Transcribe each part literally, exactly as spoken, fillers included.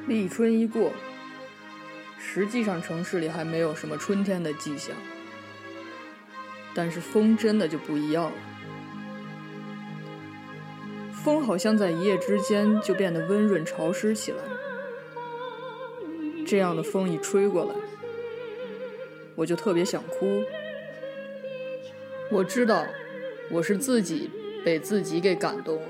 立春一过，实际上城市里还没有什么春天的迹象，但是风真的就不一样了。风好像在一夜之间就变得温润潮湿起来，这样的风一吹过来，我就特别想哭。我知道我是自己被自己给感动了。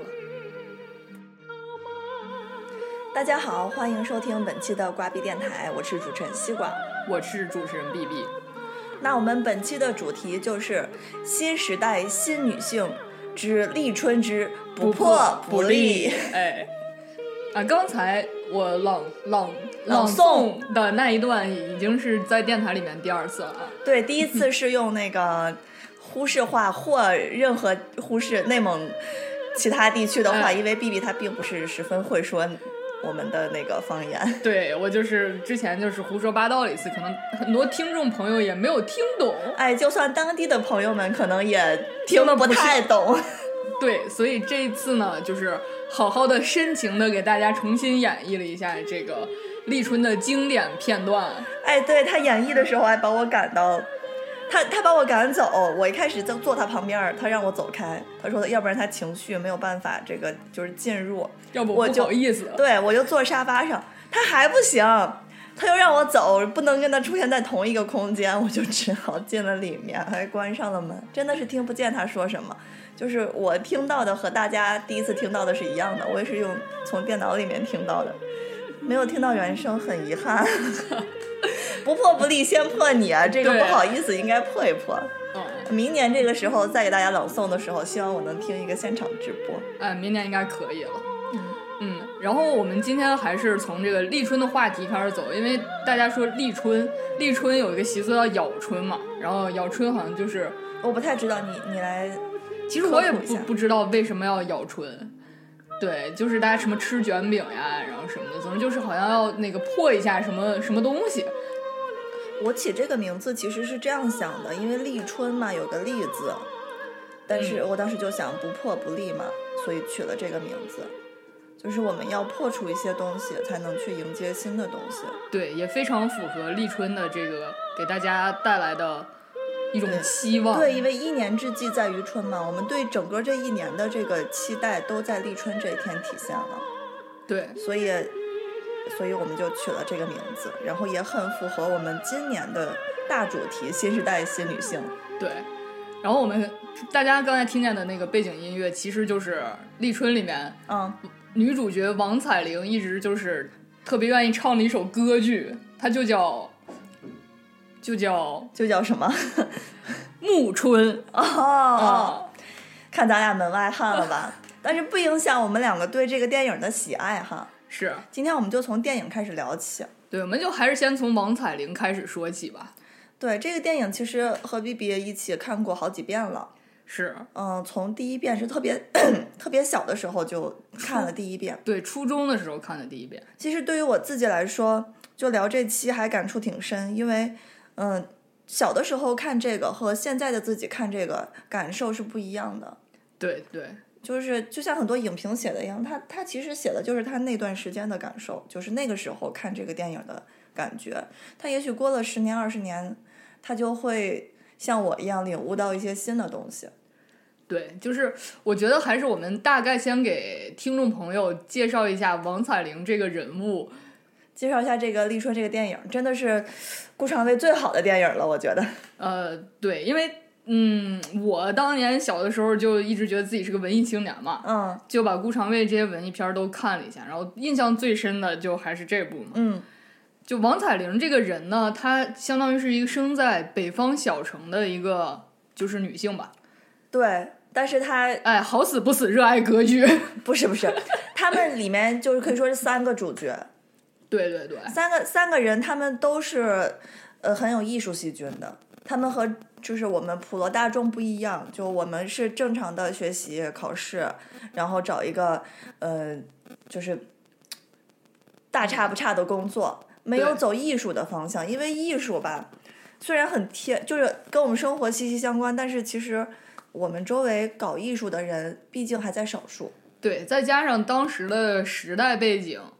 大家好，欢迎收听本期的瓜逼电台，我是主持人西瓜， 我是主持人 B B。 那我们本期的主题就是新时代新女性之立春之不破不立。 哎，啊，刚才我朗朗朗诵的那一段已经是在电台里面第二次了啊。 对，第一次是用那个呼市话或任何呼市内蒙其他地区的话，哎、因为 B B 她并不是十分会说我们的那个方言。 对，我就是之前就是胡说八道了一次，可能很多听众朋友也没有听懂。 哎，就算当地的朋友们可能也听得不太懂。 对，所以这一次呢，就是好好的深情的给大家重新演绎了一下这个立春的经典片段。 哎，对，他演绎的时候还把我赶到他他把我赶走，我一开始就坐他旁边，他让我走开，他说要不然他情绪没有办法这个就是进入， 要不我不好意思。 对，我就坐沙发上，他还不行，他又让我走，不能跟他出现在同一个空间，我就只好进了里面，还关上了门，真的是听不见他说什么，就是我听到的和大家第一次听到的是一样的，我也是用从电脑里面听到的，没有听到原声，很遗憾。不破不立，先破你啊！这个不好意思，应该破一破。嗯，明年这个时候再给大家朗诵的时候，希望我能听一个现场直播。 哎，明年应该可以了。嗯嗯，然后我们今天还是从这个立春的话题开始走，因为大家说立春，立春有一个习俗叫咬春嘛，然后咬春好像就是我不太知道，你你来， 其实我也不不知道为什么要咬春。对，就是大家什么吃卷饼呀，然后什么的，总之就是好像要那个破一下什么什么东西。 我起这个名字其实是这样想的，因为立春嘛有个立字，但是我当时就想不破不立嘛，所以取了这个名字，就是我们要破除一些东西才能去迎接新的东西。 对，也非常符合立春的这个给大家带来的一种期望。 对, 对，因为一年之计在于春嘛，我们对整个这一年的这个期待都在立春这一天体现了。 对， 所以所以我们就取了这个名字，然后也很符合我们今年的大主题新时代新女性。 对，然后我们大家刚才听见的那个背景音乐其实就是立春里面嗯， 女主角王彩玲一直就是特别愿意唱的一首歌剧，它就叫就叫就叫什么暮春。 哦、哦、嗯，看咱俩门外汉了吧。但是不影响我们两个对这个电影的喜爱哈。 是， 今天我们就从电影开始聊起。 对，我们就还是先从王彩玲开始说起吧。 对，这个电影其实和 B B 一起看过好几遍了。 是， 嗯，从第一遍是特别特别小的时候就看了第一遍。 对，初中的时候看的第一遍。 其实对于我自己来说，就聊这期还感触挺深，因为嗯，小的时候看这个和现在的自己看这个感受是不一样的。 对对。 就是就像很多影评写的一样，他他其实写的就是他那段时间的感受，就是那个时候看这个电影的感觉。他也许过了十年二十年，他就会像我一样领悟到一些新的东西。 对，就是我觉得还是我们大概先给听众朋友介绍一下王彩玲这个人物， 介绍一下这个立春这个电影，真的是顾长卫最好的电影了，我觉得。 呃，对，因为。嗯，我当年小的时候就一直觉得自己是个文艺青年嘛， 嗯， 就把顾长卫这些文艺片都看了一下，然后印象最深的就还是这部嘛。 嗯， 就王彩玲这个人呢，她相当于是一个生在北方小城的一个就是女性吧。 对，但是她哎，好死不死热爱歌剧。 不是不是，他们里面就是可以说是三个主角。 对对对， 三个三个人，他们都是呃很有艺术细菌的，他们和就是我们普罗大众不一样，就我们是正常的学习考试，然后找一个呃就是大差不差的工作，没有走艺术的方向，因为艺术吧虽然很贴，就是跟我们生活息息相关，但是其实我们周围搞艺术的人毕竟还在少数。 对，再加上当时的时代背景，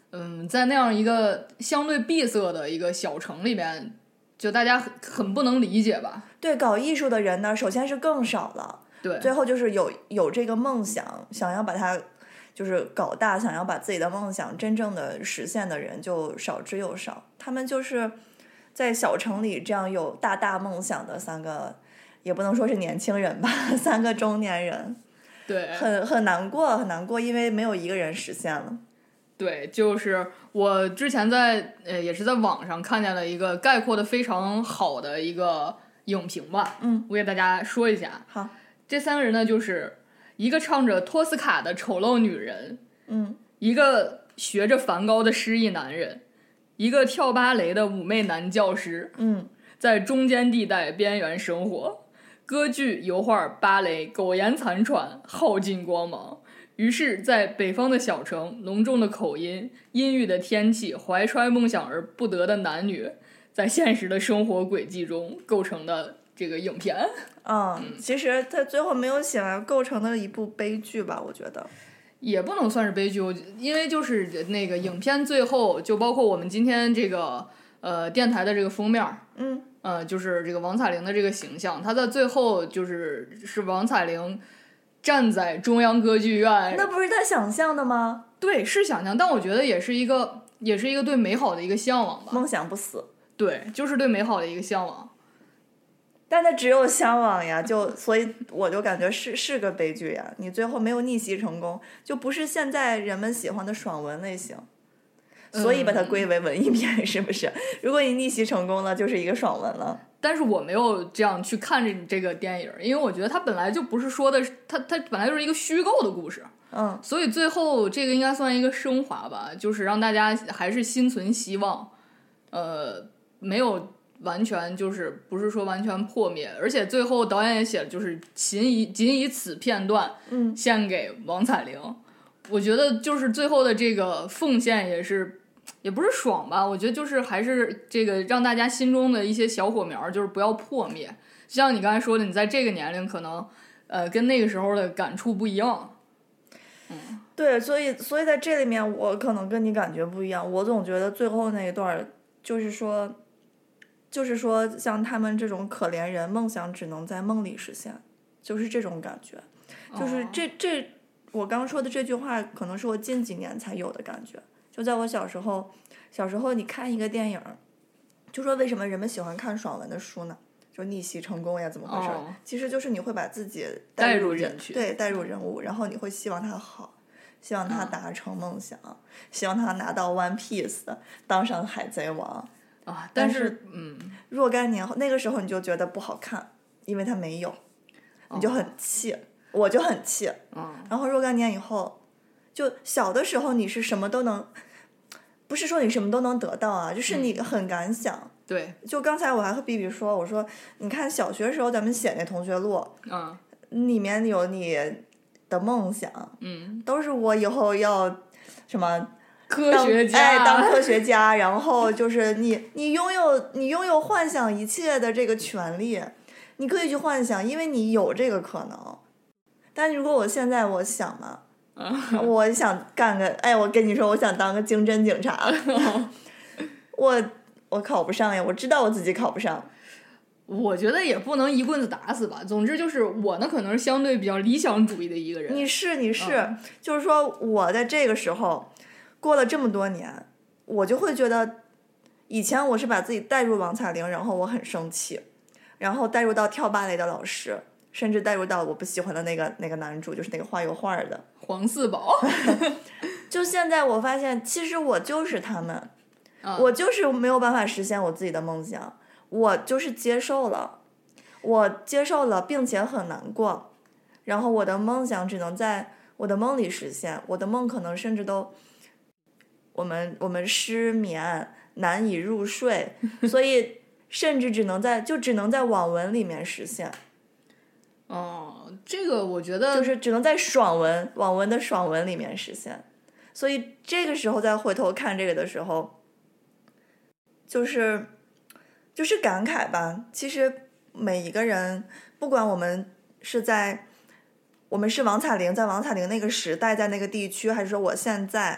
嗯，在那样一个相对闭塞的一个小城里边，就大家很很不能理解吧？ 对，搞艺术的人呢，首先是更少了， 对， 最后就是有有这个梦想，想要把它就是搞大，想要把自己的梦想真正的实现的人就少之又少。他们就是在小城里这样有大大梦想的三个，也不能说是年轻人吧，三个中年人， 对， 很很难过，很难过，因为没有一个人实现了。 对，就是我之前在呃也是在网上看见了一个概括的非常好的一个影评吧， 嗯， 我给大家说一下。 好， 这三个人呢，就是一个唱着托斯卡的丑陋女人， 嗯， 一个学着梵高的失意男人，一个跳芭蕾的妩媚男教师， 嗯， 在中间地带边缘生活，歌剧、油画、芭蕾苟延残喘，耗尽光芒。于是在北方的小城，浓重的口音、阴郁的天气、怀揣梦想而不得的男女，在现实的生活轨迹中构成的这个影片。 嗯，其实他最后没有写完，构成的一部悲剧吧，我觉得。 也不能算是悲剧，因为就是那个影片最后，就包括我们今天这个呃电台的这个封面， 嗯， 呃，就是这个王彩玲的这个形象，她在最后就是是王彩玲站在中央歌剧院， 那不是他想象的吗？ 对，是想象，但我觉得也是一个，也是一个对美好的一个向往吧。 梦想不死， 对，就是对美好的一个向往。 但他只有向往呀，就所以我就感觉是是个悲剧呀。你最后没有逆袭成功，就不是现在人们喜欢的爽文类型，所以把它归为文艺片，是不是？如果你逆袭成功了，就是一个爽文了。 但是我没有这样去看这这个电影，因为我觉得它本来就不是说的，它它本来就是一个虚构的故事， 嗯， 所以最后这个应该算一个升华吧，就是让大家还是心存希望，呃，没有完全就是不是说完全破灭，而且最后导演也写了，就是仅以仅以此片段， 嗯， 献给王彩玲，我觉得就是最后的这个奉献也是。也不是爽吧，我觉得就是还是这个让大家心中的一些小火苗就是不要破灭，就像你刚才说的，你在这个年龄可能呃跟那个时候的感触不一样。嗯， 对，所以所以在这里面我可能跟你感觉不一样，我总觉得最后那一段就是说就是说像他们这种可怜人，梦想只能在梦里实现，就是这种感觉，就是这、哦、这我刚说的这句话可能是我近几年才有的感觉。就在我小时候，小时候你看一个电影，就说为什么人们喜欢看爽文的书呢？就逆袭成功呀，怎么回事？ 哦、 其实就是你会把自己带入人去， 对，带入人物，然后你会希望他好，希望他达成梦想，嗯、希望他拿到 One Piece， 当上海贼王啊。 但是，嗯， 若干年后，那个时候你就觉得不好看，因为他没有，你就很气，哦、我就很气。 嗯， 然后若干年以后。就小的时候你是什么都能，不是说你什么都能得到啊，就是你很敢想。 嗯、对。 就刚才我还和 B B 说，我说你看小学时候咱们写那同学录， 嗯， 里面有你的梦想， 嗯， 都是我以后要什么科学家， 哎，当科学家，然后就是你你拥有你拥有幻想一切的这个权利，你可以去幻想，因为你有这个可能。但如果我现在我想嘛。我想干个，哎，我跟你说，我想当个经侦警察，我我考不上呀，我知道我自己考不上。 我觉得也不能一棍子打死吧。总之就是我呢，可能是相对比较理想主义的一个人。 你是你是， 嗯、 就是说我在这个时候过了这么多年，我就会觉得，以前我是把自己带入王彩玲，然后我很生气，然后带入到跳芭蕾的老师。甚至带入到我不喜欢的那个那个男主，就是那个画油画的黄四宝。 就现在我发现，其实我就是他们， 嗯、 我就是没有办法实现我自己的梦想，我就是接受了，我接受了，并且很难过，然后我的梦想只能在我的梦里实现，我的梦可能甚至都，我们我们失眠，难以入睡，所以甚至只能在就只能在网文里面实现。 哦，这个我觉得就是只能在爽文网文的爽文里面实现，所以这个时候再回头看这个的时候，就是就是感慨吧。其实每一个人，不管我们是在我们是王彩玲，在王彩玲那个时代，在那个地区，还是说我现在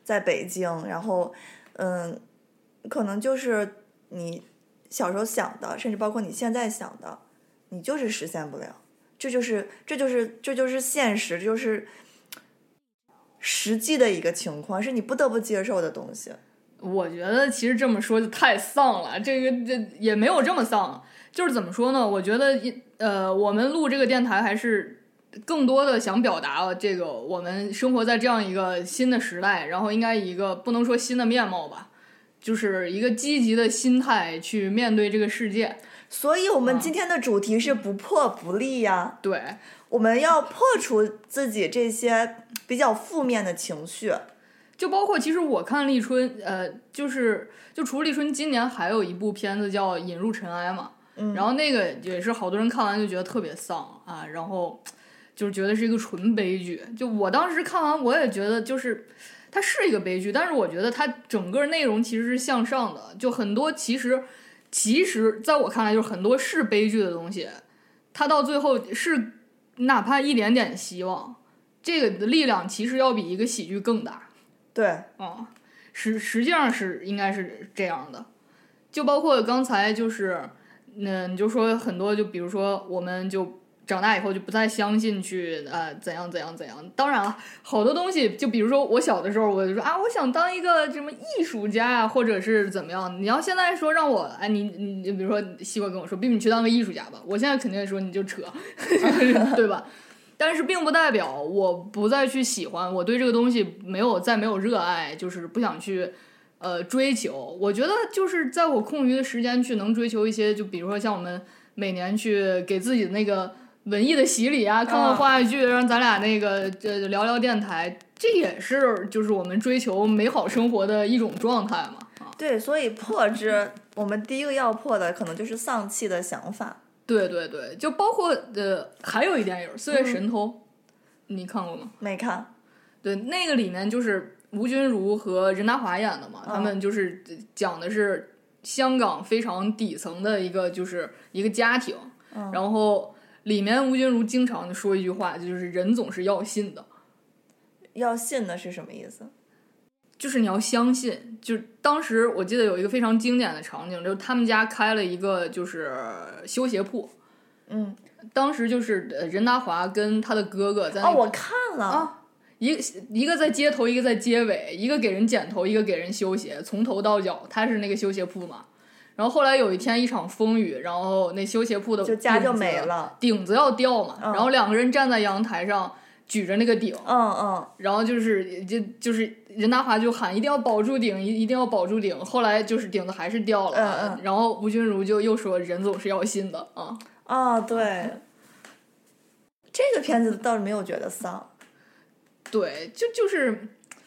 在北京，然后嗯，可能就是你小时候想的，甚至包括你现在想的，你就是实现不了。这就是这就是这就是现实，这就是实际的一个情况，是你不得不接受的东西。 我觉得其实这么说就太丧了，这个这也没有这么丧，就是怎么说呢？我觉得呃，我们录这个电台还是更多的想表达这个我们生活在这样一个新的时代，然后应该以一个不能说新的面貌吧，就是一个积极的心态去面对这个世界。 所以我们今天的主题是不破不立呀、 嗯、对， 我们要破除自己这些比较负面的情绪。 就包括其实我看立春，呃，就是就除了立春，今年还有一部片子叫《引入尘埃》嘛， 嗯， 然后那个也是好多人看完就觉得特别丧啊，然后就是觉得是一个纯悲剧。就我当时看完，我也觉得就是它是一个悲剧，但是我觉得它整个内容其实是向上的，就很多其实其实在我看来，就是很多是悲剧的东西，它到最后是哪怕一点点希望，这个的力量其实要比一个喜剧更大。 对， 啊，实实际上是应该是这样的，就包括刚才就是，嗯，你就说很多，就比如说我们就长大以后就不再相信去呃怎样怎样怎样。当然了，好多东西，就比如说我小的时候，我就说啊，我想当一个什么艺术家啊，或者是怎么样。你要现在说让我，哎，你你比如说西瓜跟我说，比你去当个艺术家吧，我现在肯定说你就扯，对吧？但是并不代表我不再去喜欢，我对这个东西没有再没有热爱，就是不想去呃追求。我觉得就是在我空余的时间去能追求一些，就比如说像我们每年去给自己的那个文艺的洗礼啊，看看话剧，让咱俩那个呃聊聊电台，这也是就是我们追求美好生活的一种状态嘛。 对，所以破之，我们第一个要破的可能就是丧气的想法。 对对对，就包括呃，还有一电影《四月神偷》，嗯，你看过吗？ 没看。 对，那个里面就是吴君如和任达华演的嘛，嗯，他们就是讲的是香港非常底层的一个就是一个家庭， 嗯， 然后里面吴君如经常说一句话，就是人总是要信的。 要信的是什么意思？ 就是你要相信，就是当时我记得有一个非常经典的场景，就是他们家开了一个就是修鞋铺， 嗯， 当时就是任达华跟他的哥哥在那哦，我看了啊，一个一个在街头，一个在街尾，一个给人剪头，一个给人修鞋，从头到脚，他是那个修鞋铺嘛。然后后来有一天一场风雨，然后那修鞋铺的就家就没了， 顶子要掉嘛， 嗯， 然后两个人站在阳台上。举着那个顶， 嗯嗯， 然后就是就就是任达华就喊一定要保住顶，一一定要保住顶。后来就是顶子还是掉了， 嗯嗯， 然后吴君如就又说人总是要信的啊。 哦，对，这个片子倒是没有觉得丧。 对，就就是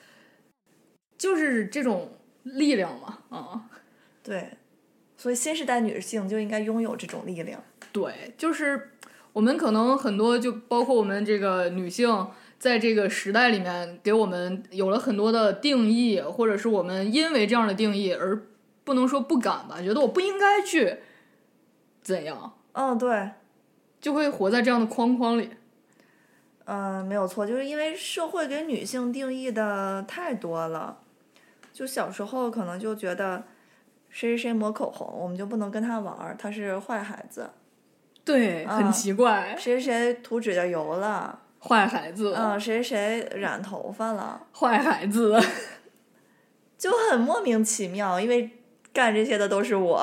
就是这种力量嘛，啊， 对，所以新时代女性就应该拥有这种力量。 对，就是。我们可能很多，就包括我们这个女性，在这个时代里面，给我们有了很多的定义，或者是我们因为这样的定义而不能说不敢吧，觉得我不应该去怎样。 嗯，对， 就会活在这样的框框里。 嗯、呃，没有错，就是因为社会给女性定义的太多了。就小时候可能就觉得谁谁谁抹口红，我们就不能跟他玩，他是坏孩子。 对，很奇怪。 嗯、谁谁涂指甲油了， 坏孩子。 嗯，谁谁染头发了， 坏孩子。 就很莫名其妙，因为干这些的都是我。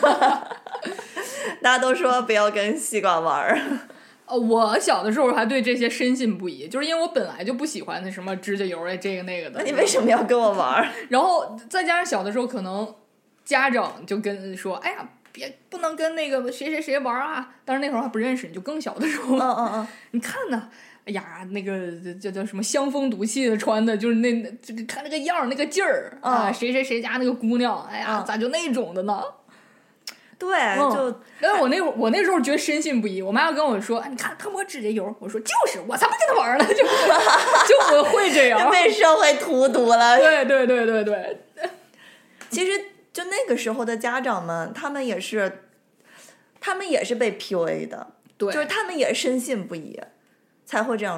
大家都说不要跟西瓜玩。 呃，我小的时候还对这些深信不疑，就是因为我本来就不喜欢那什么指甲油哎，这个那个的。 那你为什么要跟我玩？ 然后再加上小的时候，可能家长就跟说：“哎呀。”别不能跟那个谁谁谁玩啊！但是那会儿还不认识，你就更小的时候， 嗯嗯嗯， 你看呢，哎呀，那个叫叫什么香风毒气的穿的，就是那这个看那个样那个劲儿、 嗯、 啊，谁谁谁家那个姑娘，哎呀， 嗯、 咋就那种的呢？ 对， 嗯、 就但是我那会我那时候觉得深信不疑，我妈要跟我说，哎，你看他抹指甲油，我说就是我才不跟他玩呢，就就我会这样， 被社会荼毒了。 对对对对对， 其实。就那个时候的家长们，他们也是，他们也是被 P U A 的， 对， 就是他们也深信不疑，才会这样说。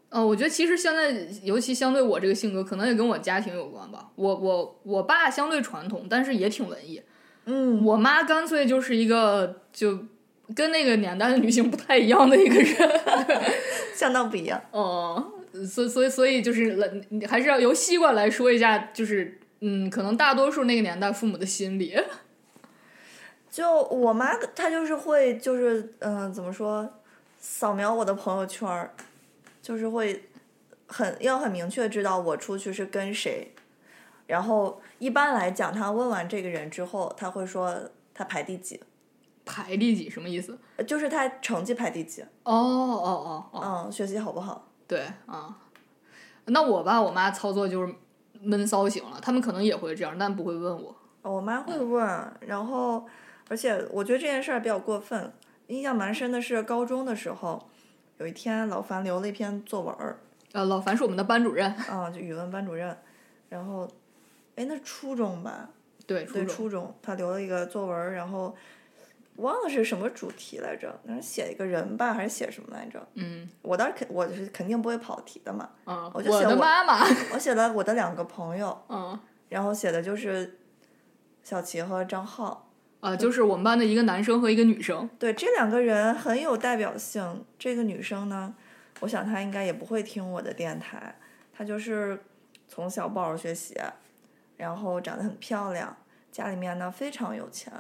呃，我觉得其实现在，尤其相对我这个性格，可能也跟我家庭有关吧。我我我爸相对传统，但是也挺文艺。 嗯， 我妈干脆就是一个就跟那个年代的女性不太一样的一个人， 相当不一样。 哦、呃，所以所以所以就是还是要由西瓜来说一下，就是嗯，可能大多数那个年代父母的心理。 就我妈她就是会就是嗯、呃、怎么说，扫描我的朋友圈，就是会很要很明确知道我出去是跟谁，然后一般来讲，她问完这个人之后，她会说他排第几。 排第几什么意思？ 就是他成绩排第几。 哦哦哦哦， 嗯，学习好不好？ 对啊，那我爸我妈操作就是闷骚型了，他们可能也会这样，但不会问我。 我妈会问，然后而且我觉得这件事儿比较过分，印象蛮深的是高中的时候，有一天老樊留了一篇作文儿。 呃，老樊是我们的班主任。 啊、就语文班主任，然后，哎，那初中吧？ 对， 对，初中他留了一个作文儿，然后忘了是什么主题来着，那是写一个人吧，还是写什么来着？ 嗯， 我当时肯我是肯定不会跑题的嘛。 啊， 我就写的妈妈。 我写了我的两个朋友。 嗯， 然后写的就是小齐和张浩。 啊，就是我们班的一个男生和一个女生。 对，这两个人很有代表性。这个女生呢，我想她应该也不会听我的电台。她就是从小不好好学习，然后长得很漂亮，家里面呢非常有钱。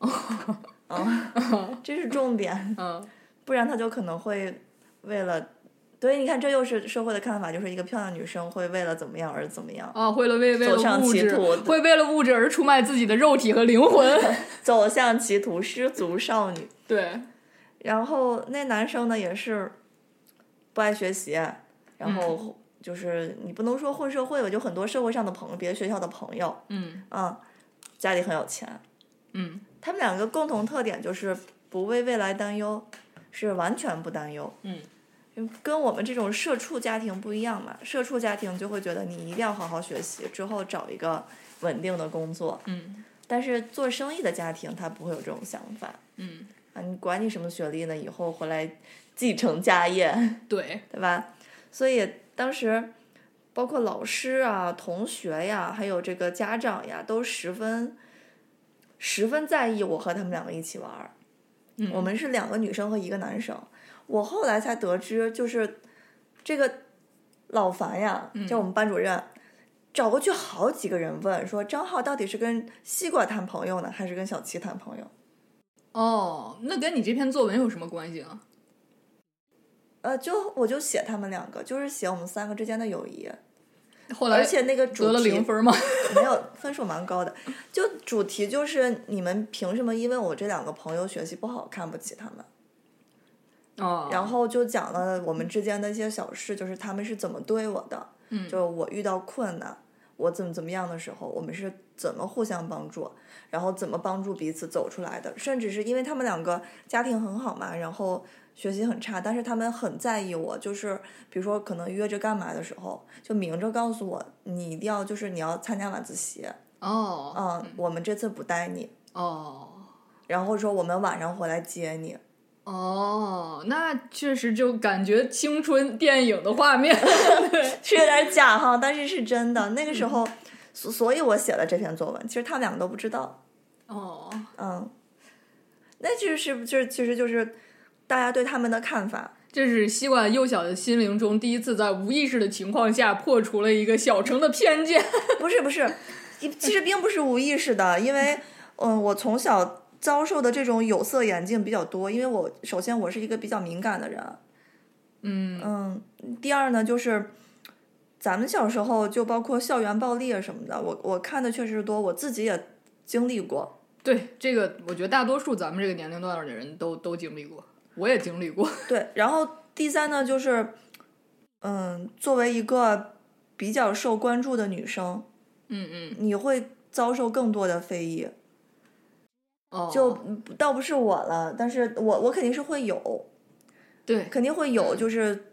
嗯，这是重点。 嗯， 不然她就可能会为了。对，你看，这又是社会的看法，就是一个漂亮女生会为了怎么样而怎么样啊，为了为为了走上物质， 歧途， 会为了物质而出卖自己的肉体和灵魂， 走向歧途，失足少女。 对。 然后那男生呢也是不爱学习，然后就是你不能说混社会吧，就很多社会上的朋友，别的学校的朋友， 嗯嗯，家里很有钱， 嗯， 他们两个共同特点就是不为未来担忧，是完全不担忧。 嗯。 跟我们这种社畜家庭不一样嘛，社畜家庭就会觉得你一定要好好学习，之后找一个稳定的工作。 嗯。 但是做生意的家庭他不会有这种想法。 嗯。 啊，你管你什么学历呢？以后回来继承家业。 对。 对吧？所以当时包括老师啊、同学呀，还有这个家长呀，都十分十分在意我和他们两个一起玩儿。 嗯。 我们是两个女生和一个男生。我后来才得知，就是这个老樊呀，就我们班主任、嗯、找过去好几个人问说，张浩到底是跟西瓜谈朋友呢，还是跟小齐谈朋友？ 哦，那跟你这篇作文有什么关系啊？ 呃，就我就写他们两个，就是写我们三个之间的友谊。 后来而且那个主题得了零分吗？ 没有，分数蛮高的。就主题就是你们凭什么因为我这两个朋友学习不好看不起他们？ 哦， 然后就讲了我们之间的一些小事，就是他们是怎么对我的， 嗯， 就我遇到困难，我怎么怎么样的时候，我们是怎么互相帮助，然后怎么帮助彼此走出来的，甚至是因为他们两个家庭很好嘛，然后学习很差，但是他们很在意我，就是比如说可能约着干嘛的时候，就明着告诉我，你一定要就是你要参加晚自习， 哦， 嗯，我们这次不带你， 哦， 然后说我们晚上回来接你。 哦，那确实就感觉青春电影的画面， 是有点假哈，但是是真的。那个时候，所所以我写了这篇作文。其实他们两个都不知道。 哦， 嗯，那就是就是其实就是大家对他们的看法。 这是西瓜幼小的心灵中第一次在无意识的情况下破除了一个小城的偏见。 不是不是，其实并不是无意识的，因为嗯，我从小遭受的这种有色眼镜比较多，因为我首先我是一个比较敏感的人， 嗯嗯，第二呢就是咱们小时候就包括校园暴力啊什么的，我我看的确实多，我自己也经历过。 对，这个我觉得大多数咱们这个年龄段的人都都经历过，我也经历过。 对，然后第三呢就是嗯，作为一个比较受关注的女生， 嗯嗯， 你会遭受更多的非议。 哦， 就倒不是我了，但是我我肯定是会有， 对， 肯定会有，就是，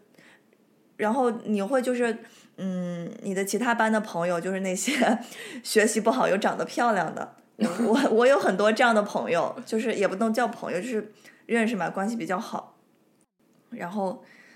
然后你会就是，嗯，你的其他班的朋友就是那些学习不好又长得漂亮的，我我有很多这样的朋友，就是也不能叫朋友，就是认识嘛，关系比较好，然后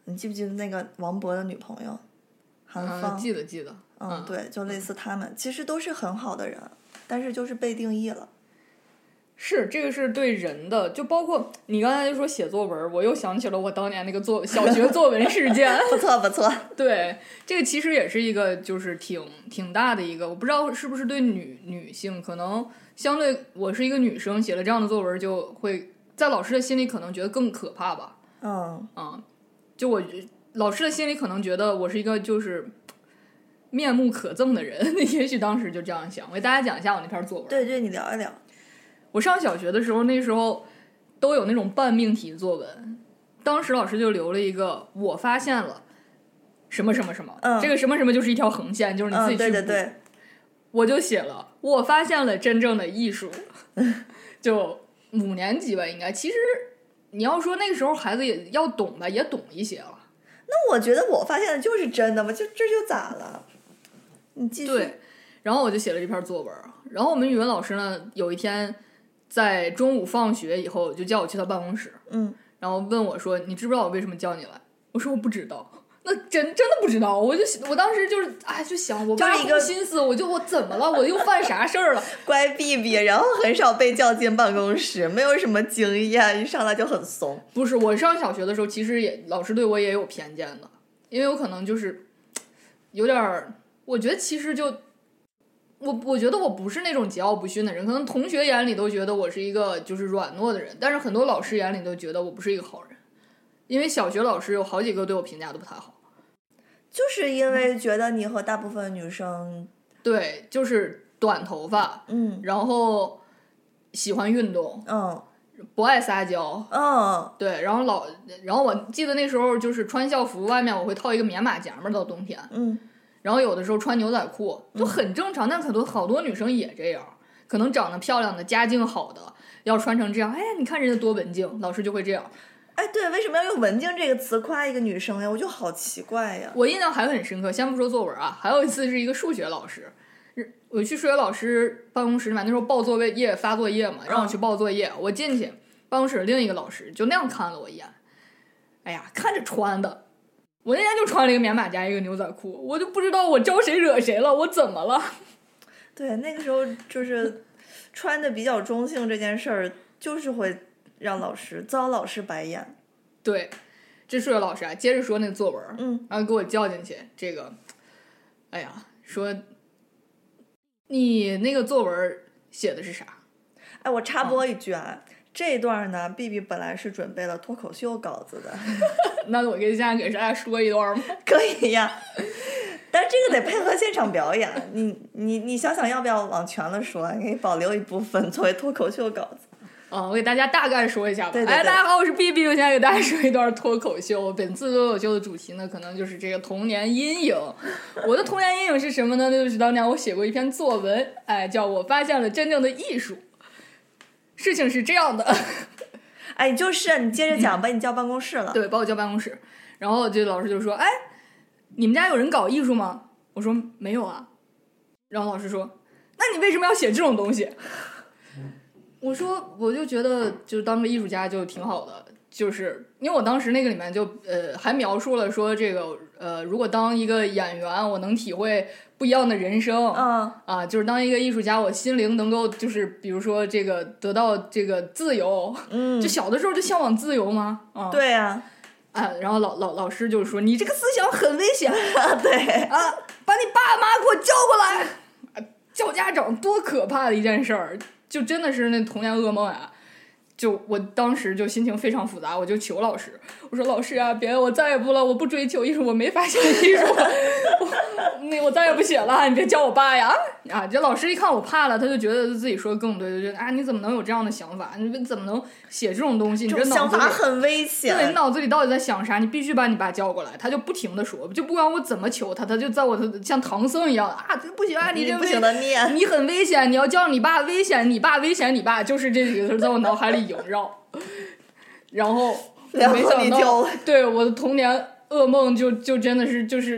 你记不记得那个王勃的女朋友韩芳？ 嗯，记得记得。 嗯， 嗯， 对，就类似他们，其实都是很好的人，但是就是被定义了。 是，这个是对人的，就包括你刚才就说写作文，我又想起了我当年那个作小学作文事件。 不错不错。 对，这个其实也是一个就是挺挺大的一个，我不知道是不是对女女性，可能相对我是一个女生，写了这样的作文就会在老师的心里可能觉得更可怕吧。 嗯嗯，就我老师的心里可能觉得我是一个就是面目可憎的人，也许当时就这样想。我给大家讲一下我那篇作文。 对对，你聊一聊。 我上小学的时候，那时候都有那种半命题作文，当时老师就留了一个我发现了什么什么什么， 嗯， 这个什么什么就是一条横线，就是你自己去补。 嗯，对对对， 我就写了我发现了真正的艺术。就五年级吧，应该。其实你要说那个时候孩子也要懂吧，也懂一些了。 那我觉得我发现的就是真的嘛，就这就咋了？你继续。 对，然后我就写了这篇作文。然后我们语文老师呢，有一天在中午放学以后就叫我去他办公室， 嗯， 然后问我说：“你知不知道我为什么叫你来？”我说：“我不知道。”那真真的不知道，我就我当时就是哎，就想我挖空心思，我就我怎么了？我又犯啥事儿了？ 乖逼逼，然后很少被叫进办公室，没有什么经验，一上来就很怂。 不是，我上小学的时候，其实也老师对我也有偏见的，因为我可能就是有点儿，我觉得其实就我我觉得我不是那种桀骜不驯的人，可能同学眼里都觉得我是一个就是软糯的人，但是很多老师眼里都觉得我不是一个好人，因为小学老师有好几个对我评价都不太好。 就是因为觉得你和大部分女生， 对，就是短头发， 嗯， 然后喜欢运动， 嗯， 不爱撒娇， 嗯， 对，然后老，然后我记得那时候就是穿校服，外面我会套一个棉马甲嘛，到冬天， 嗯， 然后有的时候穿牛仔裤，就很正常，但很多好多女生也这样，可能长得漂亮的、家境好的，要穿成这样，哎，你看人家多文静，老师就会这样。 哎，对，为什么要用文静这个词夸一个女生呀？我就好奇怪呀。 我印象还很深刻，先不说作文啊，还有一次是一个数学老师，我去数学老师办公室里面，那时候报作业发作业嘛，让我去报作业，我进去办公室另一个老师就那样看了我一眼，哎呀，看着穿的，我那天就穿了一个棉马甲一个牛仔裤，我就不知道我招谁惹谁了，我怎么了？ 对，那个时候就是穿的比较中性这件事儿，就是会让老师遭老师白眼。 对，这数学老师啊，接着说那个作文， 嗯， 然后给我叫进去，这个，哎呀，说你那个作文写的是啥？ 哎，我插播一句啊，嗯、这一段呢 ，B B 本来是准备了脱口秀稿子的， 那我给现在给大家说一段吗？ 可以呀，但是这个得配合现场表演，你你你想想要不要往全了说？你可以保留一部分作为脱口秀稿子。 嗯，我给大家大概说一下吧。 对对对， 哎，大家好，我是 B B， 我现在给大家说一段脱口秀。本次脱口秀的主题呢，可能就是这个童年阴影。我的童年阴影是什么呢？就是当年我写过一篇作文，哎，叫我发现了真正的艺术。事情是这样的， 哎，就是你接着讲，把你叫办公室了。 对，把我叫办公室，然后这老师就说：“哎，你们家有人搞艺术吗？”我说：“没有啊。”然后老师说：“那你为什么要写这种东西？”我说，我就觉得就当个艺术家就挺好的，就是因为我当时那个里面就呃还描述了说这个呃如果当一个演员，我能体会不一样的人生， 嗯啊，就是当一个艺术家，我心灵能够就是比如说这个得到这个自由， 嗯， 就小的时候就向往自由嘛，啊， 对呀、 啊，啊，然后老老老师就说你这个思想很危险， 对啊，把你爸妈给我叫过来，啊，叫家长多可怕的一件事儿。就真的是那童年噩梦呀！就我当时就心情非常复杂，我就求老师，我说老师啊，别，我再也不了，我不追求艺术，我没发现艺术，我那我再也不写了，你别叫我爸呀！啊，这老师一看我怕了，他就觉得自己说的更对，就觉得啊，你怎么能有这样的想法？你怎么能写这种东西？你这脑子里想法很危险。 对，你脑子里到底在想啥？你必须把你爸叫过来，他就不停的说，就不管我怎么求他，他就在我的像唐僧一样啊，这不行啊，你这不行的念， 你很危险，你要叫你爸危险，你爸危险，你爸就是这几个字在我脑海里萦绕，然后没想到，对我的童年噩梦就就真的是就是，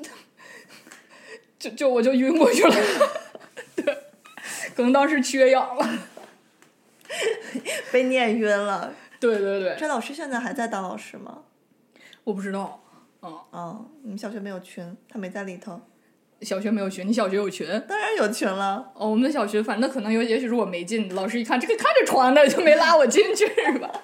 就就我就晕过去了，对，可能当时缺氧了， 被念晕了。 对对对。 这老师现在还在当老师吗？ 我不知道。嗯， 哦，你们小学没有群，他没在里头。 小学没有群，你小学有群？ 当然有群了。 哦，我们的小学反正可能有，也许是我没进，老师一看这个看着传的就没拉我进去是吧？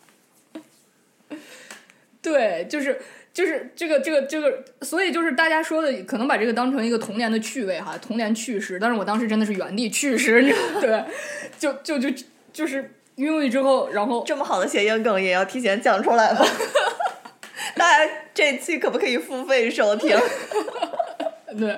对，就是就是这个这个这个，所以就是大家说的，可能把这个当成一个童年的趣味哈，童年趣事。但是我当时真的是原地去世，你知道对，就就就就是晕过去之后，然后这么好的谐音梗也要提前讲出来吧？大家这期可不可以付费收听？ 对，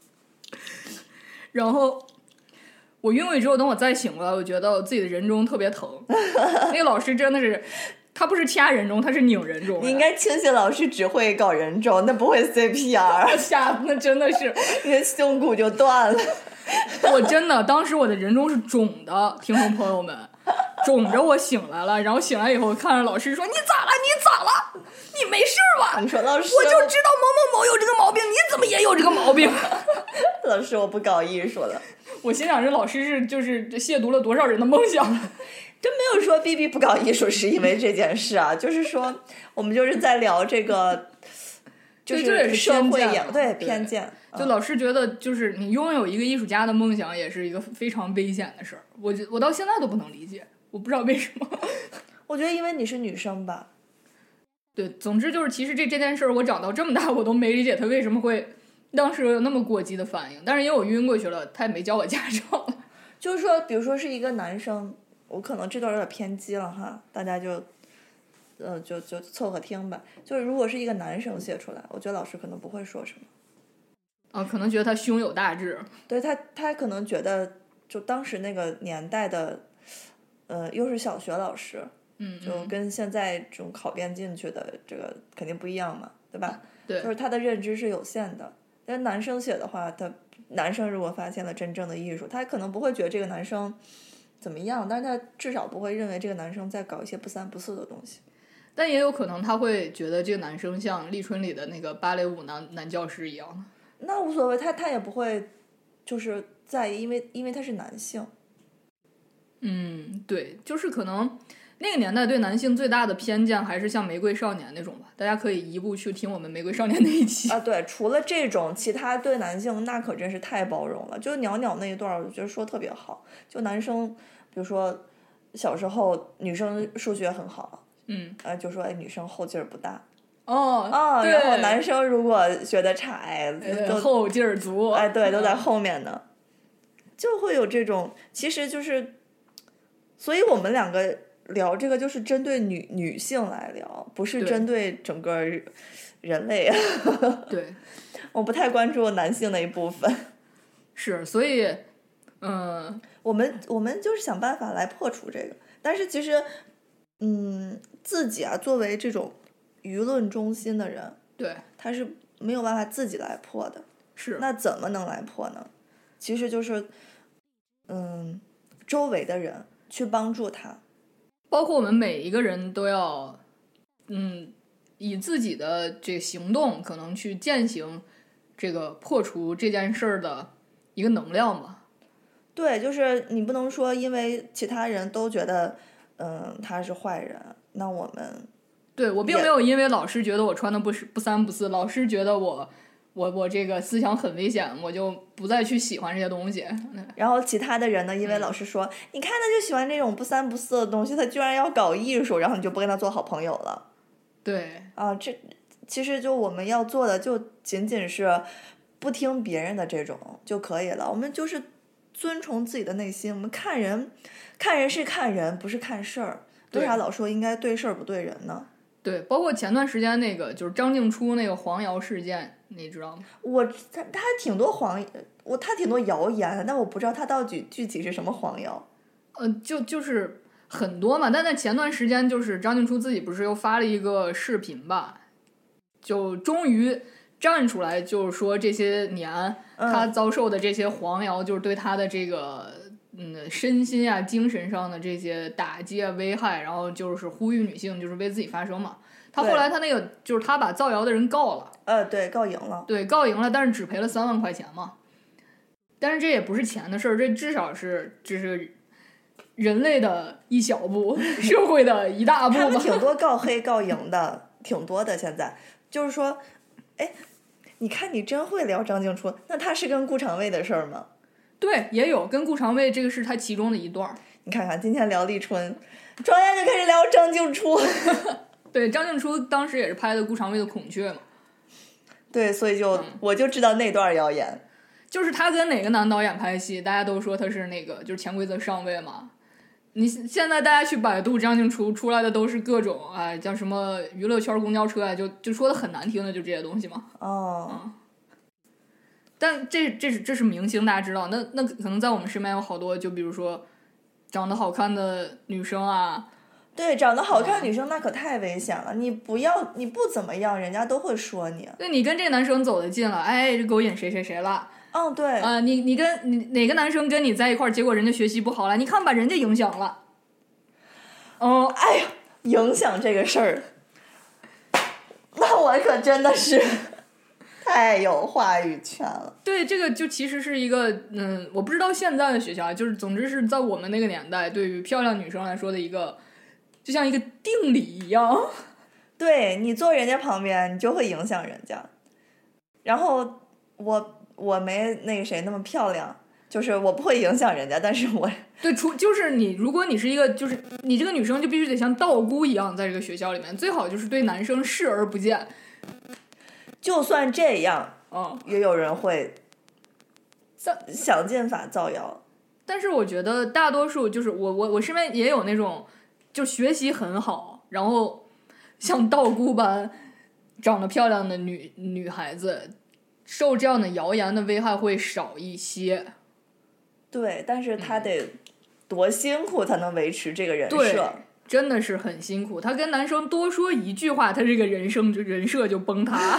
然后我晕过去之后，等我再醒过来，我觉得我自己的人中特别疼。那个老师真的是。他不是掐人中，他是拧人中。 你应该庆幸老师只会搞人中，那不会 C P R。 吓，那真的是， 你的胸骨就断了。 我真的，当时我的人中是肿的，听众朋友们，肿着我醒来了，然后醒来以后看着老师说：“你咋了？你咋了？你没事吧？” 你说老师， 我就知道某某某有这个毛病，你怎么也有这个毛病？ 老师，我不搞艺术了。 我心想，这老师是就是亵渎了多少人的梦想。 真没有说 B B 不搞艺术是因为这件事啊，就是说我们就是在聊这个，就是社会也对偏见。 就老师觉得，就是你拥有一个艺术家的梦想，也是一个非常危险的事儿。我我到现在都不能理解，我不知道为什么。 我觉得因为你是女生吧。 对，总之就是，其实这这件事儿，我长到这么大，我都没理解他为什么会当时有那么过激的反应。但是因为我晕过去了，他也没教我驾照。 就是说，比如说是一个男生。我可能这段有点偏激了哈，大家就，呃，就就凑合听吧。就是如果是一个男生写出来，我觉得老师可能不会说什么。 啊，可能觉得他胸有大志。 对他，他可能觉得，就当时那个年代的，呃，又是小学老师， 嗯， 就跟现在这种考编进去的这个肯定不一样嘛，对吧？ 对， 就是他的认知是有限的。但男生写的话，他男生如果发现了真正的艺术，他可能不会觉得这个男生。怎么样？但是他至少不会认为这个男生在搞一些不三不四的东西。 但也有可能他会觉得这个男生像立春里的那个芭蕾舞男男教师一样。 那无所谓，他他也不会就是在意，因为因为他是男性。 嗯，对，就是可能那个年代对男性最大的偏见还是像玫瑰少年那种吧。大家可以移步去听我们玫瑰少年那一期啊。对，除了这种，其他对男性那可真是太包容了。就袅袅那一段，我觉得说特别好。就男生，比如说小时候女生数学很好， 嗯， 呃，就说哎女生后劲儿不大。 哦哦，然后男生如果学的差，哎，都后劲儿足。 哎，对，都在后面呢，就会有这种，其实就是，所以我们两个。聊这个就是针对女女性来聊，不是针对整个人类。 对， 我不太关注男性那一部分。 是，所以，嗯， 我们我们就是想办法来破除这个，但是其实，嗯，自己啊，作为这种舆论中心的人， 对， 他是没有办法自己来破的。 是， 那怎么能来破呢？其实就是，嗯，周围的人去帮助他。 包括我们每一个人都要，嗯，以自己的这个行动，可能去践行这个破除这件事儿的一个能量吧。 对，就是你不能说因为其他人都觉得，嗯，他是坏人，那我们， 对，我并没有因为老师觉得我穿的不是不三不四，老师觉得我。我我这个思想很危险，我就不再去喜欢这些东西。 然后其他的人呢，因为老师说，嗯、你看他就喜欢这种不三不四的东西，他居然要搞艺术，然后你就不跟他做好朋友了。 对啊，这其实就我们要做的就仅仅是不听别人的这种就可以了。我们就是遵从自己的内心，我们看人，看人是看人，不是看事儿。为啥老说应该对事儿不对人呢？ 对，包括前段时间那个就是张静初那个黄谣事件，你知道吗？ 我他他还挺多黄，我他挺多谣言的，但我不知道他到底具体是什么黄谣。 呃，就就是很多嘛，但在前段时间，就是张静初自己不是又发了一个视频吧，就终于站出来，就是说这些年他遭受的这些黄谣，就是对他的这个嗯身心啊、精神上的这些打击啊、危害，然后就是呼吁女性就是为自己发声嘛。他后来他那个就是他把造谣的人告了， 呃，对，告赢了， 对，告赢了，但是只赔了三万块钱嘛。但是这也不是钱的事儿，这至少是这是人类的一小步，社会的一大步吧。 他们挺多告黑告赢的， 挺多的。现在就是说，哎，你看你真会聊张静初，那他是跟顾长卫的事儿吗？ 对，也有跟顾长卫，这个是他其中的一段。 你看看今天聊立春，转眼就开始聊张静初。 对，张静初当时也是拍的顾长卫的《孔雀》嘛。 对，所以就、 嗯、 我就知道那段谣言， 就是他跟哪个男导演拍戏，大家都说他是那个就是潜规则上位嘛。你现在大家去百度张静初，出来的都是各种啊，叫什么娱乐圈公交车啊，就就说的很难听的，就这些东西嘛。 哦。 嗯但这这是这是明星，大家知道，那那可能在我们身边有好多，就比如说长得好看的女生啊。 对，长得好看的女生那可太危险了，你不要你不怎么样，人家都会说你。 对，你跟这个男生走得近了，哎，这勾引谁谁谁了。 嗯，对。 啊、呃，你你跟你哪个男生跟你在一块儿，结果人家学习不好了，你看把人家影响了。哦， 哎呀，影响这个事儿，那我可真的是。太有话语权了。 对，这个就其实是一个，嗯，我不知道现在的学校，就是总之是在我们那个年代，对于漂亮女生来说的一个，就像一个定理一样。 对，你坐人家旁边，你就会影响人家。然后我我没那个谁那么漂亮，就是我不会影响人家，但是我对，除就是你，如果你是一个，就是你这个女生就必须得像道姑一样，在这个学校里面，最好就是对男生视而不见。 就算这样， 嗯， 也有人会想尽法造谣。 但是我觉得大多数就是我我我身边也有那种就学习很好，然后像道姑般长得漂亮的女女孩子，受这样的谣言的危害会少一些。 对，但是她得多辛苦才能维持这个人设。 对，真的是很辛苦。他跟男生多说一句话，他这个人生就人设就崩塌。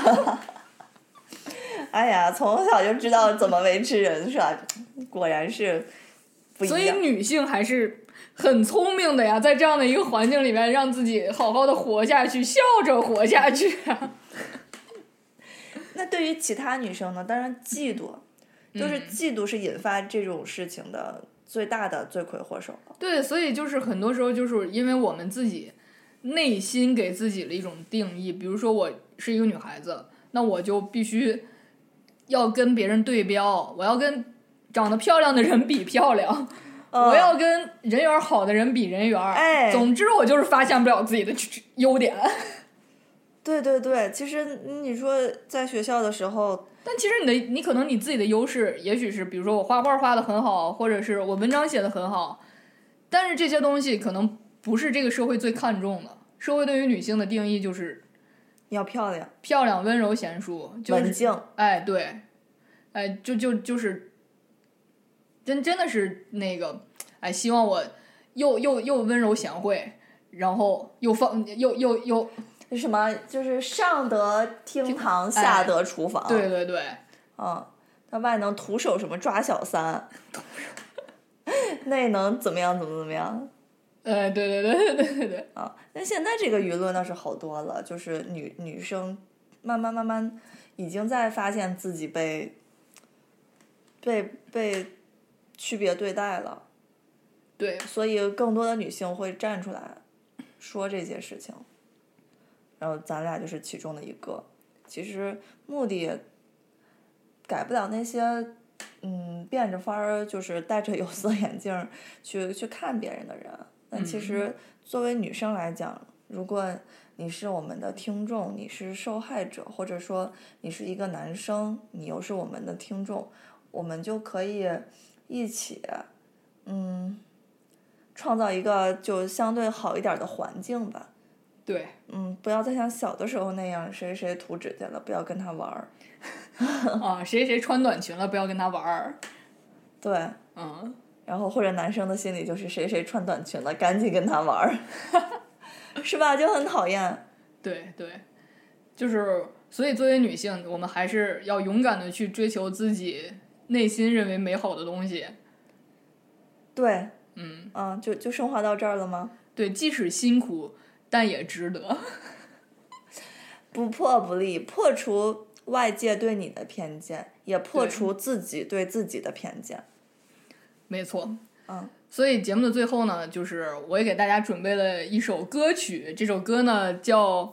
哎呀，从小就知道怎么维持人设，果然是不一样。 所以女性还是很聪明的呀，在这样的一个环境里面，让自己好好的活下去，笑着活下去啊。 那对于其他女生呢？当然嫉妒，就是嫉妒是引发这种事情的最大的罪魁祸首了。 对，所以就是很多时候就是因为我们自己内心给自己的一种定义，比如说我是一个女孩子，那我就必须要跟别人对标，我要跟长得漂亮的人比漂亮， 嗯、 我要跟人缘好的人比人缘。 哎， 总之我就是发现不了自己的优点。 对对对，其实你说在学校的时候， 但其实你的你可能你自己的优势，也许是比如说我画画画的很好，或者是我文章写的很好，但是这些东西可能不是这个社会最看重的。社会对于女性的定义就是要漂亮、 漂亮、温柔、贤淑、就是、 文静。 哎，对，哎，就就就是真真的是那个，哎，希望我又又又温柔贤惠，然后又放又又又。 什么就是上得厅堂，下得厨房。 哎、对对对， 嗯，他外能徒手什么抓小三，内能怎么样怎么怎么样。 哎，对对对对对对。 啊，那现在这个舆论倒是好多了，就是女女生慢慢慢慢已经在发现自己被被被区别对待了。 对， 所以更多的女性会站出来说这些事情。然后咱俩就是其中的一个，其实目的改不了那些，嗯，变着法儿就是戴着有色眼镜去去看别人的人。但其实作为女生来讲，如果你是我们的听众，你是受害者，或者说你是一个男生，你又是我们的听众，我们就可以一起，嗯，创造一个就相对好一点的环境吧。 对， 嗯，不要再像小的时候那样，谁谁涂指甲了，不要跟他玩儿。 啊，谁谁穿短裙了，不要跟他玩儿。 对， 嗯， 然后或者男生的心里就是谁谁穿短裙了，赶紧跟他玩儿，是吧？就很讨厌。 对对，就是所以作为女性，我们还是要勇敢的去追求自己内心认为美好的东西。 对， 嗯， 啊，就就升华到这儿了吗？ 对，即使辛苦。但也值得， 不破不立，破除外界对你的偏见，也破除自己对自己的偏见。 没错， 嗯， 所以节目的最后呢，就是我也给大家准备了一首歌曲，这首歌呢叫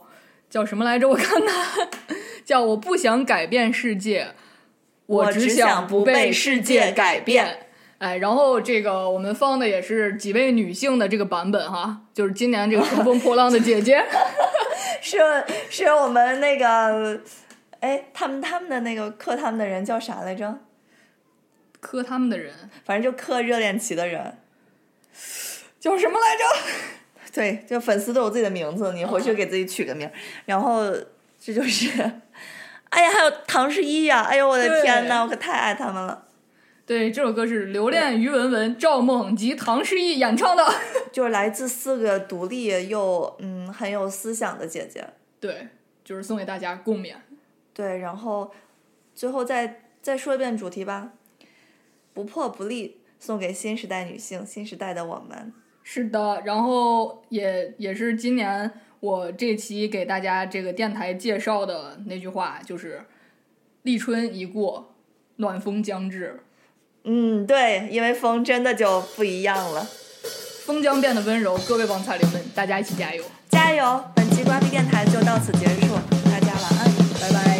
叫什么来着？我看他叫我不想改变世界， 我只想不被世界改变。 哎，然后这个我们放的也是几位女性的这个版本哈，就是今年这个乘风破浪的姐姐， 是是我们那个，哎，他们他们的那个磕他们的人叫啥来着？ 磕他们的人， 反正就磕热恋期的人， 叫什么来着？ 对，就粉丝都有自己的名字，你回去给自己取个名。然后这就是，哎呀，还有唐诗逸呀，哎呦我的天呐，我可太爱他们了。 对，这首歌是刘恋、于文文、赵梦及唐诗逸演唱的， 就是来自四个独立又嗯很有思想的姐姐。 对，就是送给大家共勉。 对，然后最后再再说一遍主题吧，不破不立，送给新时代女性，新时代的我们。 是的，然后也也是今年我这期给大家这个电台介绍的那句话，就是立春一过，暖风将至。 嗯，对，因为风真的就不一样了， 风将变得温柔。各位王彩铃们，大家一起加油！ 加油！本期瓜皮电台就到此结束，大家晚安， 拜拜。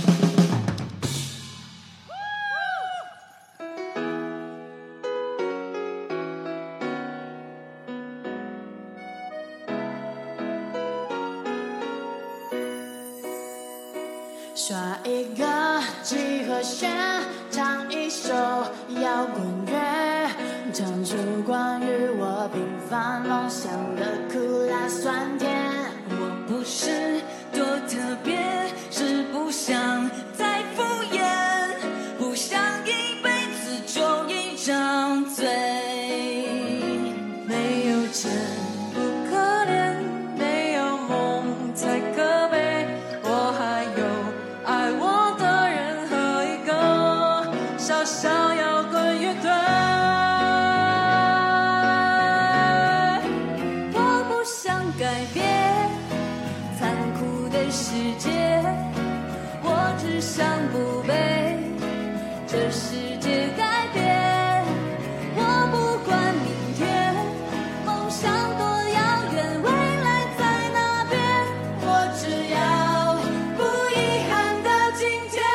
刷一个几和弦，唱一首摇滚乐，唱出关于我平凡梦想的苦辣酸甜。我不是多特别，是不想再敷衍，不想一辈子就一张嘴。没有钱不可怜，没有梦才可悲。我还有爱我的人和一个小小摇滚乐队。我不想改变残酷的世界，我只想不被这世界改变。我不管明天梦想多遥远，未来在哪边，我只要不遗憾的今天。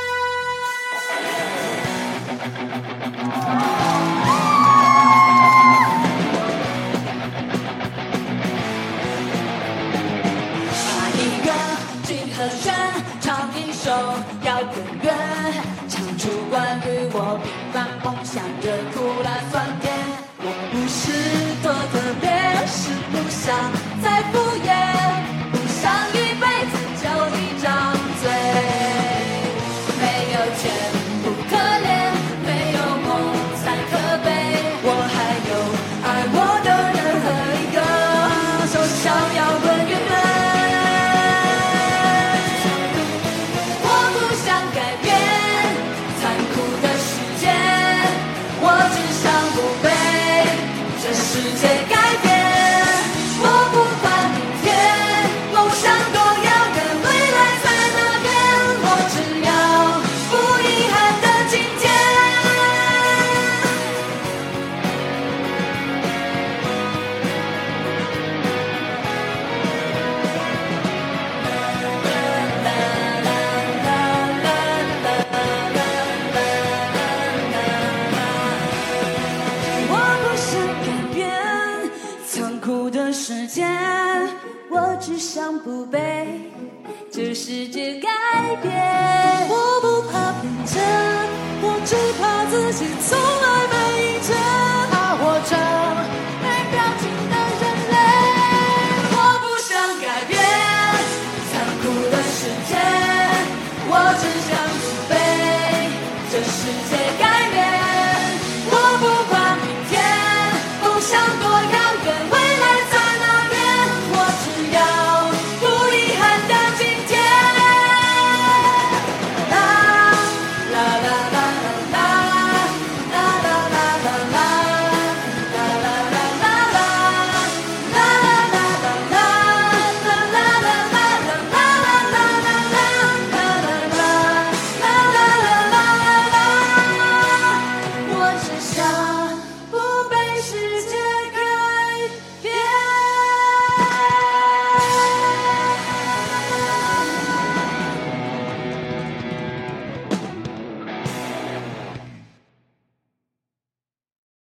刷一个几和弦，唱一首摇滚乐，唱出关于我平凡梦想的苦辣酸甜。我不是多特别，是不想再敷衍，不想一辈子就一张嘴。没有钱不可怜，没有梦才可悲。我还有爱我的人和一个小小摇滚乐队。我不想改变残酷的世界，我只想不被这世界改变。我不管明天梦想多遥远，未来在哪边，我只要不遗憾的今天。我不想改变残酷的世界，我只想不被这世界改变。我不怕变迁，我只怕自己错